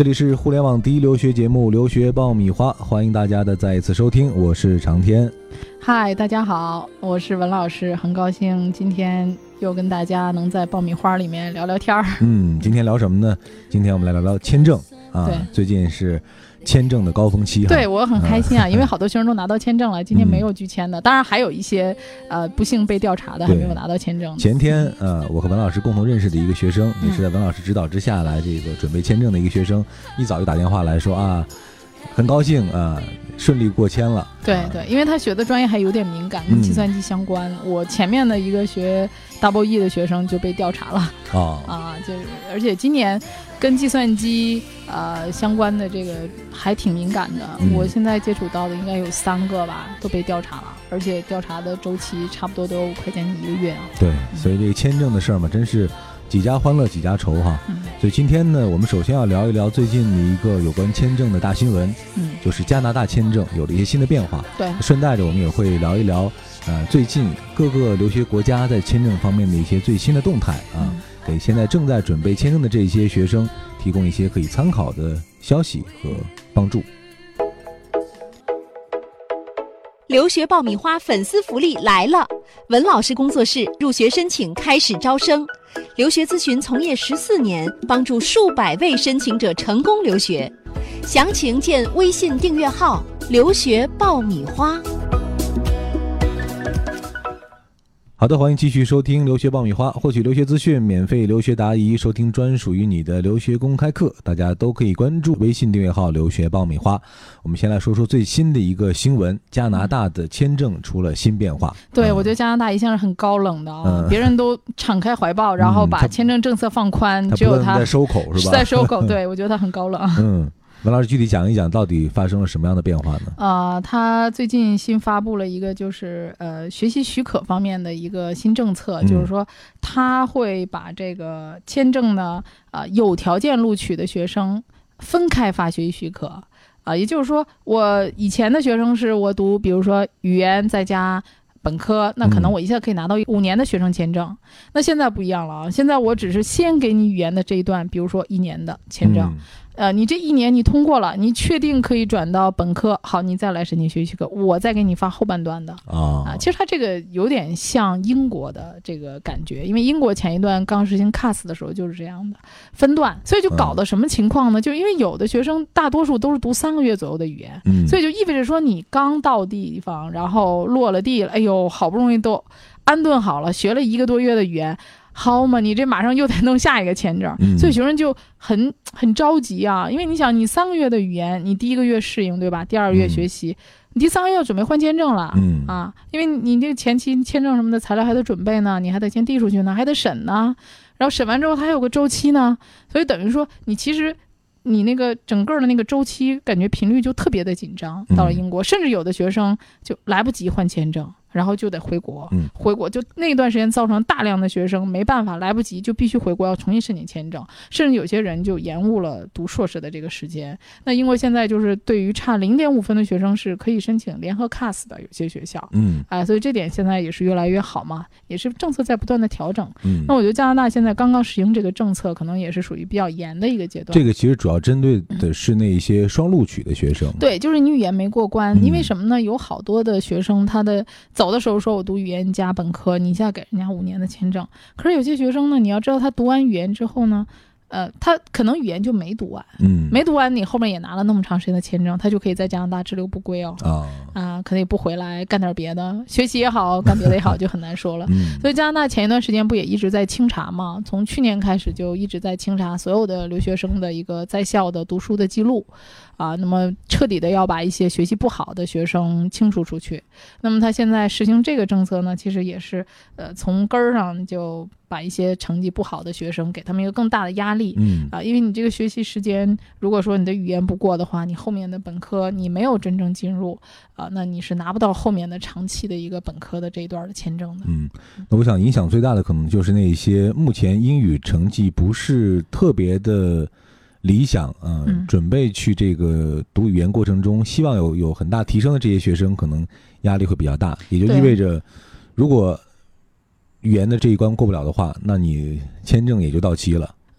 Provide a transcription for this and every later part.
这里是互联网第一留学节目《留学爆米花》，欢迎大家的再一次收听，我是长天。 嗨，大家好，我是文老师，很高兴今天又跟大家能在爆米花里面聊聊天儿。 今天聊什么呢？今天我们来聊聊签证啊。 对， 最近是签证的高峰期。 对，我很开心啊，因为好多学生都拿到签证了，今天没有拒签的，当然还有一些不幸被调查的还没有拿到签证。 前天我和文老师共同认识的一个学生，也是在文老师指导之下来这个准备签证的一个学生，一早就打电话来说啊，很高兴顺利过签了。 对，因为他学的专业还有点敏感，跟计算机相关。我前面的一个学 Double E 的学生就被调查了就是而且今年跟计算机相关的这个还挺敏感的。我现在接触到的应该有3个吧，都被调查了，而且调查的周期差不多都有5块钱1个月啊。 对，所以这个签证的事儿嘛，真是几家欢乐几家愁哈。所以今天呢，我们首先要聊一聊最近的一个有关签证的大新闻，就是加拿大签证有了一些新的变化。 对， 顺带着我们也会聊一聊最近各个留学国家在签证方面的一些最新的动态给现在正在准备签证的这些学生提供一些可以参考的消息和帮助。 留学爆米花粉丝福利来了！文老师工作室入学申请开始招生，留学咨询从业14年，帮助数百位申请者成功留学。详情见微信订阅号留学爆米花。 好的，欢迎继续收听留学爆米花，获取留学资讯，免费留学答疑，收听专属于你的留学公开课，大家都可以关注微信订阅号留学爆米花。我们先来说说最新的一个新闻，加拿大的签证出了新变化。 对，我觉得加拿大一向是很高冷的别人都敞开怀抱，然后把签证政策放宽，只有他在收口是吧？ 在收口，对，我觉得他很高冷。 文老师具体讲一讲到底发生了什么样的变化呢？他最近新发布了一个就是学习许可方面的一个新政策，就是说他会把这个签证呢有条件录取的学生分开发学习许可也就是说我以前的学生是我读比如说语言再加本科，那可能我一下可以拿到5年的学生签证。那现在不一样了现在我只是先给你语言的这一段，比如说1年的签证你这1年你通过了，你确定可以转到本科，好，你再来申请学习许可，我再给你发后半段的其实它这个有点像英国的这个感觉，因为英国前一段刚实行 CAS 的时候就是这样的分段，所以就搞的什么情况呢？就因为有的学生大多数都是读3个月左右的语言所以就意味着说你刚到地方，然后落了地了，哎呦，好不容易都安顿好了，学了1个多月的语言，好嘛，你这马上又得弄下一个签证所以学生就很着急啊。因为你想，你3个月的语言，你第1个月适应对吧，第2个月学习你第3个月要准备换签证了因为你这前期签证什么的材料还得准备呢，你还得先递出去呢，还得审呢，然后审完之后它还有个周期呢，所以等于说你其实你那个整个的那个周期感觉频率就特别的紧张。到了英国甚至有的学生就来不及换签证，然后就得回国回国就那段时间造成大量的学生没办法，来不及就必须回国要重新申请签证，甚至有些人就延误了读硕士的这个时间。那英国现在就是对于差0.5分的学生是可以申请联合 CAS 的，有些学校所以这点现在也是越来越好嘛，也是政策在不断的调整那我觉得加拿大现在刚刚实行这个政策，可能也是属于比较严的一个阶段。 这个其实主要针对的是那些双录取的学生对，就是你语言没过关因为什么呢？有好多的学生他的走的时候说我读语言加本科，你现在给人家5年的签证，可是有些学生呢，你要知道他读完语言之后呢他可能语言就没读完没读完，你后面也拿了那么长时间的签证，他就可以在加拿大滞留不归可能也不回来干点别的，学习也好干别的也好就很难说了所以加拿大前一段时间不也一直在清查吗？从去年开始就一直在清查所有的留学生的一个在校的读书的记录那么彻底的要把一些学习不好的学生清除出去。那么他现在实行这个政策呢，其实也是从根儿上就把一些成绩不好的学生给他们一个更大的压力因为你这个学习时间，如果说你的语言不过的话，你后面的本科你没有真正进入那你是拿不到后面的长期的一个本科的这一段的签证的那我想影响最大的可能就是那些目前英语成绩不是特别的理想准备去这个读语言过程中希望有很大提升的这些学生，可能压力会比较大，也就意味着如果语言的这一关过不了的话，那你签证也就到期了。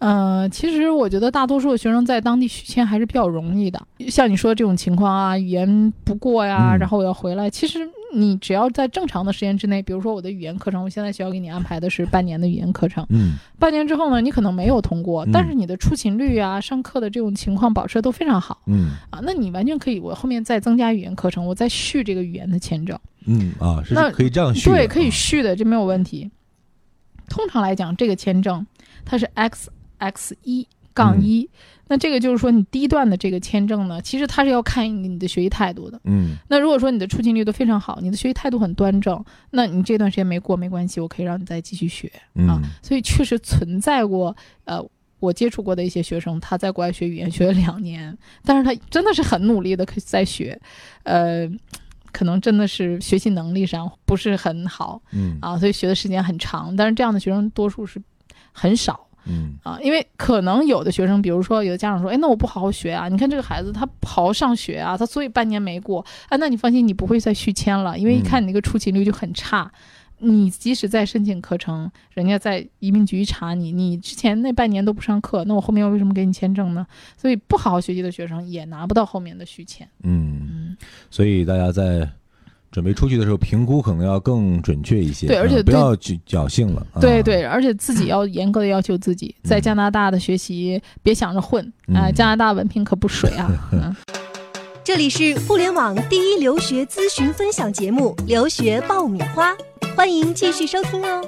其实我觉得大多数的学生在当地续签还是比较容易的。像你说的这种情况啊，语言不过呀，然后我要回来，其实你只要在正常的时间之内，比如说我的语言课程，我现在学校给你安排的是半年的语言课程，半年之后呢，你可能没有通过，但是你的出勤率啊，上课的这种情况保持的都非常好，那你完全可以，我后面再增加语言课程，我再续这个语言的签证， 是可以这样续的， 对，可以续的，这没有问题。通常来讲，这个签证它是 XX1-1，那这个就是说你第一段的这个签证呢，其实它是要看你的学习态度的。那如果说你的出勤率都非常好，你的学习态度很端正，那你这段时间没过没关系，我可以让你再继续学所以确实存在过我接触过的一些学生，他在国外学语言学了2年，但是他真的是很努力的在学，可能真的是学习能力上不是很好，所以学的时间很长，但是这样的学生多数是很少。因为可能有的学生，比如说有的家长说，那我不好好学啊，你看这个孩子他不好好上学啊，他所以半年没过那你放心，你不会再续签了，因为一看你那个出勤率就很差，你即使再申请课程，人家在移民局一查你之前那半年都不上课，那我后面为什么给你签证呢？所以不好好学习的学生也拿不到后面的续签。 所以大家在准备出去的时候，评估可能要更准确一些， 对，而且不要侥幸了。 对，而且自己要严格的要求自己，在加拿大的学习别想着混加拿大文凭可不水啊。 这里是互联网第一留学咨询分享节目《留学爆米花》，欢迎继续收听哦。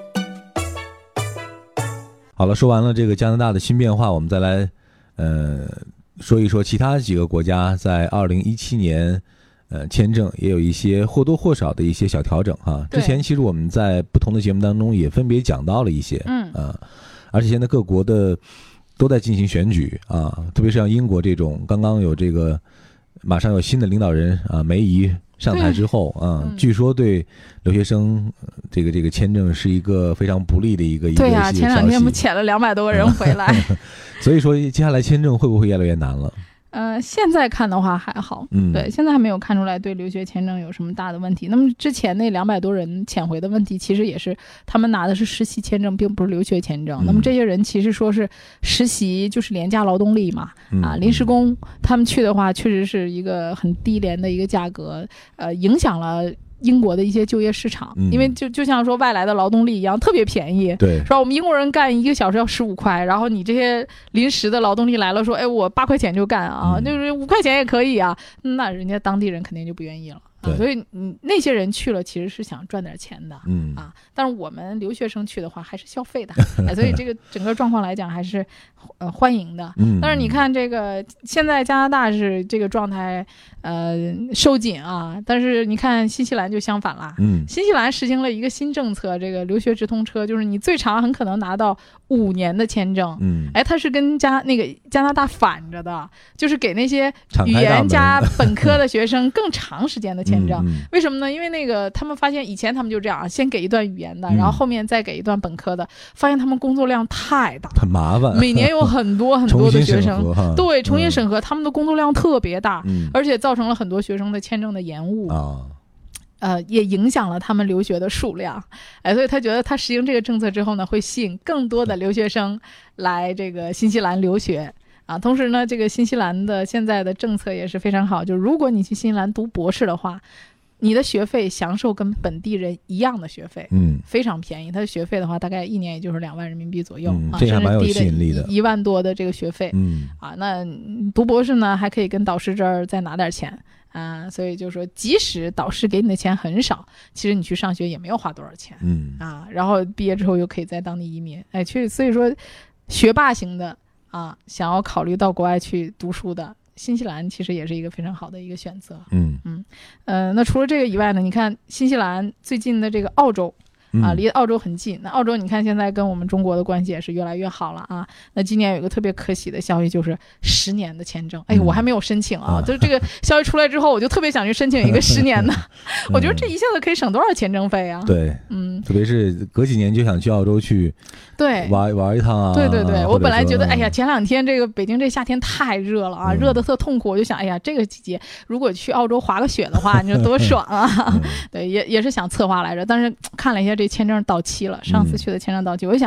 好了，说完了这个加拿大的新变化，我们再来说一说其他几个国家在2017年签证也有一些或多或少的一些小调整哈。之前其实我们在不同的节目当中也分别讲到了一些，而且现在各国的都在进行选举特别是像英国这种刚刚有这个马上有新的领导人梅姨上台之后据说对留学生这个签证是一个非常不利的一个对啊，前2天不遣了200多个人回来所以说接下来签证会不会越来越难了？ 现在看的话还好，对，现在还没有看出来对留学签证有什么大的问题。那么之前那200多人遣回的问题，其实也是他们拿的是实习签证，并不是留学签证。那么这些人其实说是实习，就是廉价劳动力嘛，临时工，他们去的话确实是一个很低廉的一个价格，影响了英国的一些就业市场，因为就像说外来的劳动力一样，特别便宜， 对， 是吧？我们英国人干1个小时要15块，然后你这些临时的劳动力来了，说，我8块钱就干就是5块钱也可以啊，那人家当地人肯定就不愿意了。所以那些人去了其实是想赚点钱的，但是我们留学生去的话还是消费的，所以这个整个状况来讲还是欢迎的。但是你看这个现在加拿大是这个状态收紧但是你看新西兰就相反啦，新西兰实行了一个新政策，这个留学直通车，就是你最长很可能拿到5年的签证，它是跟加拿大反着的，就是给那些语言加本科的学生更长时间的签证。为什么呢？因为他们发现以前他们就这样，先给一段语言的，然后后面再给一段本科的，发现他们工作量太大， 很麻烦， 每年有很多很多的学生对，重新审核，他们的工作量特别大，而且造成了很多学生的签证的延误也影响了他们留学的数量，所以他觉得他实行这个政策之后呢，会吸引更多的留学生来这个新西兰留学同时呢，这个新西兰的现在的政策也是非常好，就是如果你去新西兰读博士的话，你的学费享受跟本地人一样的学费，非常便宜。他的学费的话，大概1年也就是2万人民币左右， 这还蛮有吸引力的 ，1万多的这个学费，那读博士呢，还可以跟导师这儿再拿点钱所以就说，即使导师给你的钱很少，其实你去上学也没有花多少钱，然后毕业之后又可以在当地移民，所以说学霸型的想要考虑到国外去读书的，新西兰其实也是一个非常好的一个选择。那除了这个以外呢，你看新西兰最近的这个澳洲离澳洲很近，那澳洲你看现在跟我们中国的关系也是越来越好了那今年有一个特别可喜的消息，就是10年的签证，我还没有申请就这个消息出来之后，我就特别想去申请一个10年的我觉得这一下子可以省多少签证费对，特别是隔几年就想去澳洲去玩一趟对，我本来觉得前2天这个北京这夏天太热了热得特痛苦，我就想这个季节如果去澳洲滑个雪的话，你说多爽对，也是想策划来着，但是看了一下这签证到期了，上次去的签证到期，我就想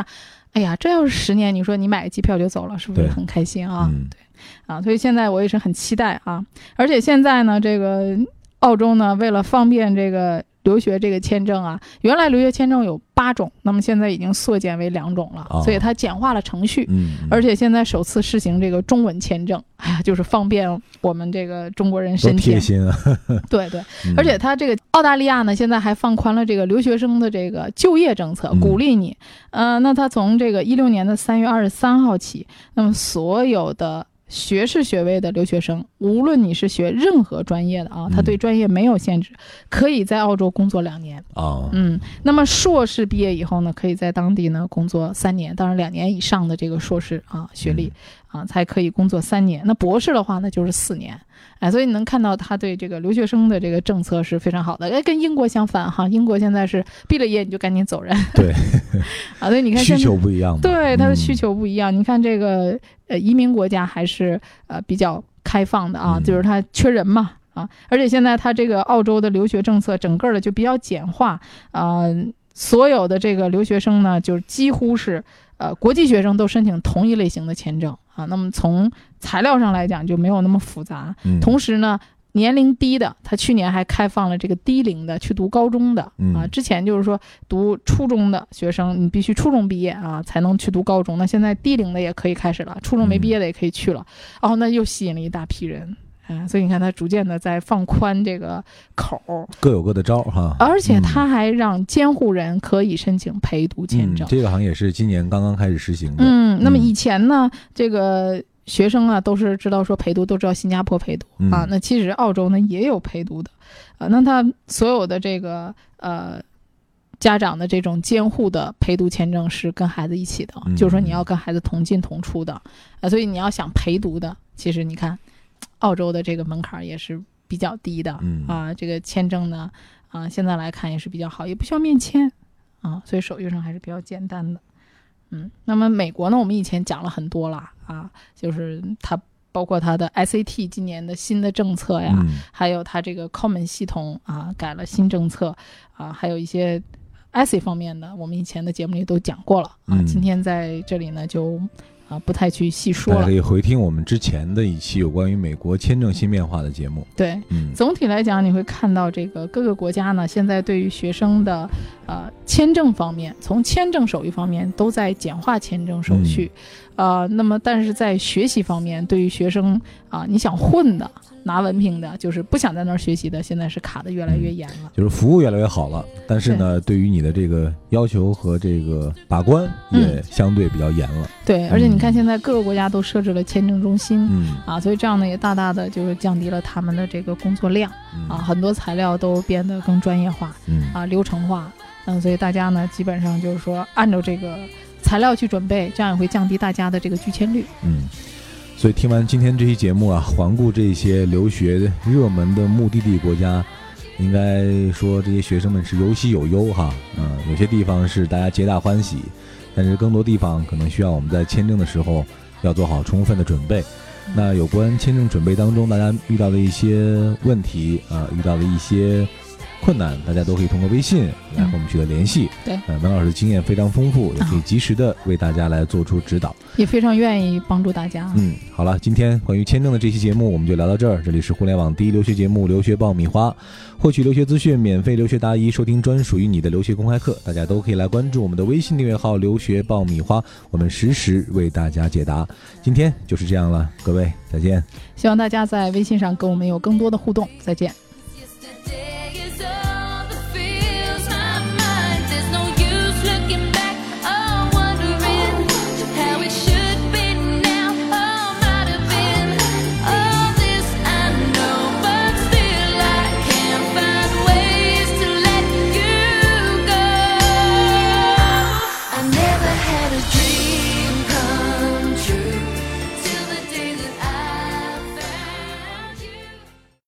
哎呀，这要是10年，你说你买个机票就走了，是不是很开心啊？对啊，所以现在我也是很期待啊。而且现在呢，这个澳洲呢，为了方便这个留学这个签证啊，原来留学签证有8种，那么现在已经缩减为2种了，所以它简化了程序。而且现在首次试行这个中文签证，哎呀，就是方便我们这个中国人申请。 贴心啊！ 对，而且它这个澳大利亚呢，现在还放宽了这个留学生的这个就业政策，鼓励你。那它从这个16年的3月23号起，那么所有的学士学位的留学生，无论你是学任何专业的啊，他对专业没有限制，可以在澳洲工作2年那么硕士毕业以后呢，可以在当地呢工作3年，当然2年以上的这个硕士学历才可以工作3年。那博士的话呢就是4年。所以你能看到他对这个留学生的这个政策是非常好的。跟英国相反哈，英国现在是毕了业你就赶紧走人。 对所以你看需求不一样。 对，他的需求不一样。你看这个移民国家还是比较开放的就是他缺人嘛而且现在他这个澳洲的留学政策整个的就比较简化所有的这个留学生呢，就几乎是国际学生都申请同一类型的签证那么从材料上来讲就没有那么复杂。同时呢，年龄低的，他去年还开放了这个低龄的去读高中的之前就是说读初中的学生，你必须初中毕业才能去读高中。那现在低龄的也可以开始了，初中没毕业的也可以去了。那又吸引了一大批人。所以你看他逐渐的在放宽这个口， 各有各的招哈。 而且他还让监护人可以申请陪读签证。 这个好像也是今年刚刚开始实行的。 那么以前呢，这个学生都是知道说陪读，都知道新加坡陪读那其实澳洲呢也有陪读的那他所有的这个家长的这种监护的陪读签证是跟孩子一起的就是说你要跟孩子同进同出的所以你要想陪读的，其实你看澳洲的这个门槛也是比较低的这个签证呢现在来看也是比较好，也不需要面签所以手续上还是比较简单的。那么美国呢，我们以前讲了很多了就是它包括它的 SAT 今年的新的政策呀还有它这个 Common 系统改了新政策还有一些 essay 方面的，我们以前的节目里都讲过了今天在这里呢就不太去细说了。 大家可以回听我们之前的一期有关于美国签证新变化的节目。 对总体来讲你会看到这个各个国家呢现在对于学生的签证方面，从签证手续方面都在简化签证手续那么但是在学习方面，对于学生你想混的拿文凭的，就是不想在那儿学习的，现在是卡得越来越严了就是服务越来越好了，但是呢对于你的这个要求和这个把关也相对比较严了对，而且你看现在各个国家都设置了签证中心所以这样呢也大大的就是降低了他们的这个工作量很多材料都变得更专业化流程化所以大家呢基本上就是说按照这个材料去准备，这样也会降低大家的这个拒签率所以听完今天这期节目环顾这些留学热门的目的地国家，应该说这些学生们是有喜有忧有些地方是大家皆大欢喜，但是更多地方可能需要我们在签证的时候要做好充分的准备。那有关签证准备当中大家遇到的一些问题遇到的一些困难，大家都可以通过微信来和我们取得联系对文老师的经验非常丰富也可以及时的为大家来做出指导也非常愿意帮助大家好了，今天关于签证的这期节目我们就聊到这儿。这里是互联网第一留学节目留学爆米花，获取留学资讯，免费留学答疑，收听专属于你的留学公开课，大家都可以来关注我们的微信订阅号留学爆米花，我们实时为大家解答。今天就是这样了，各位再见。 希望大家在微信上跟我们有更多的互动，再见。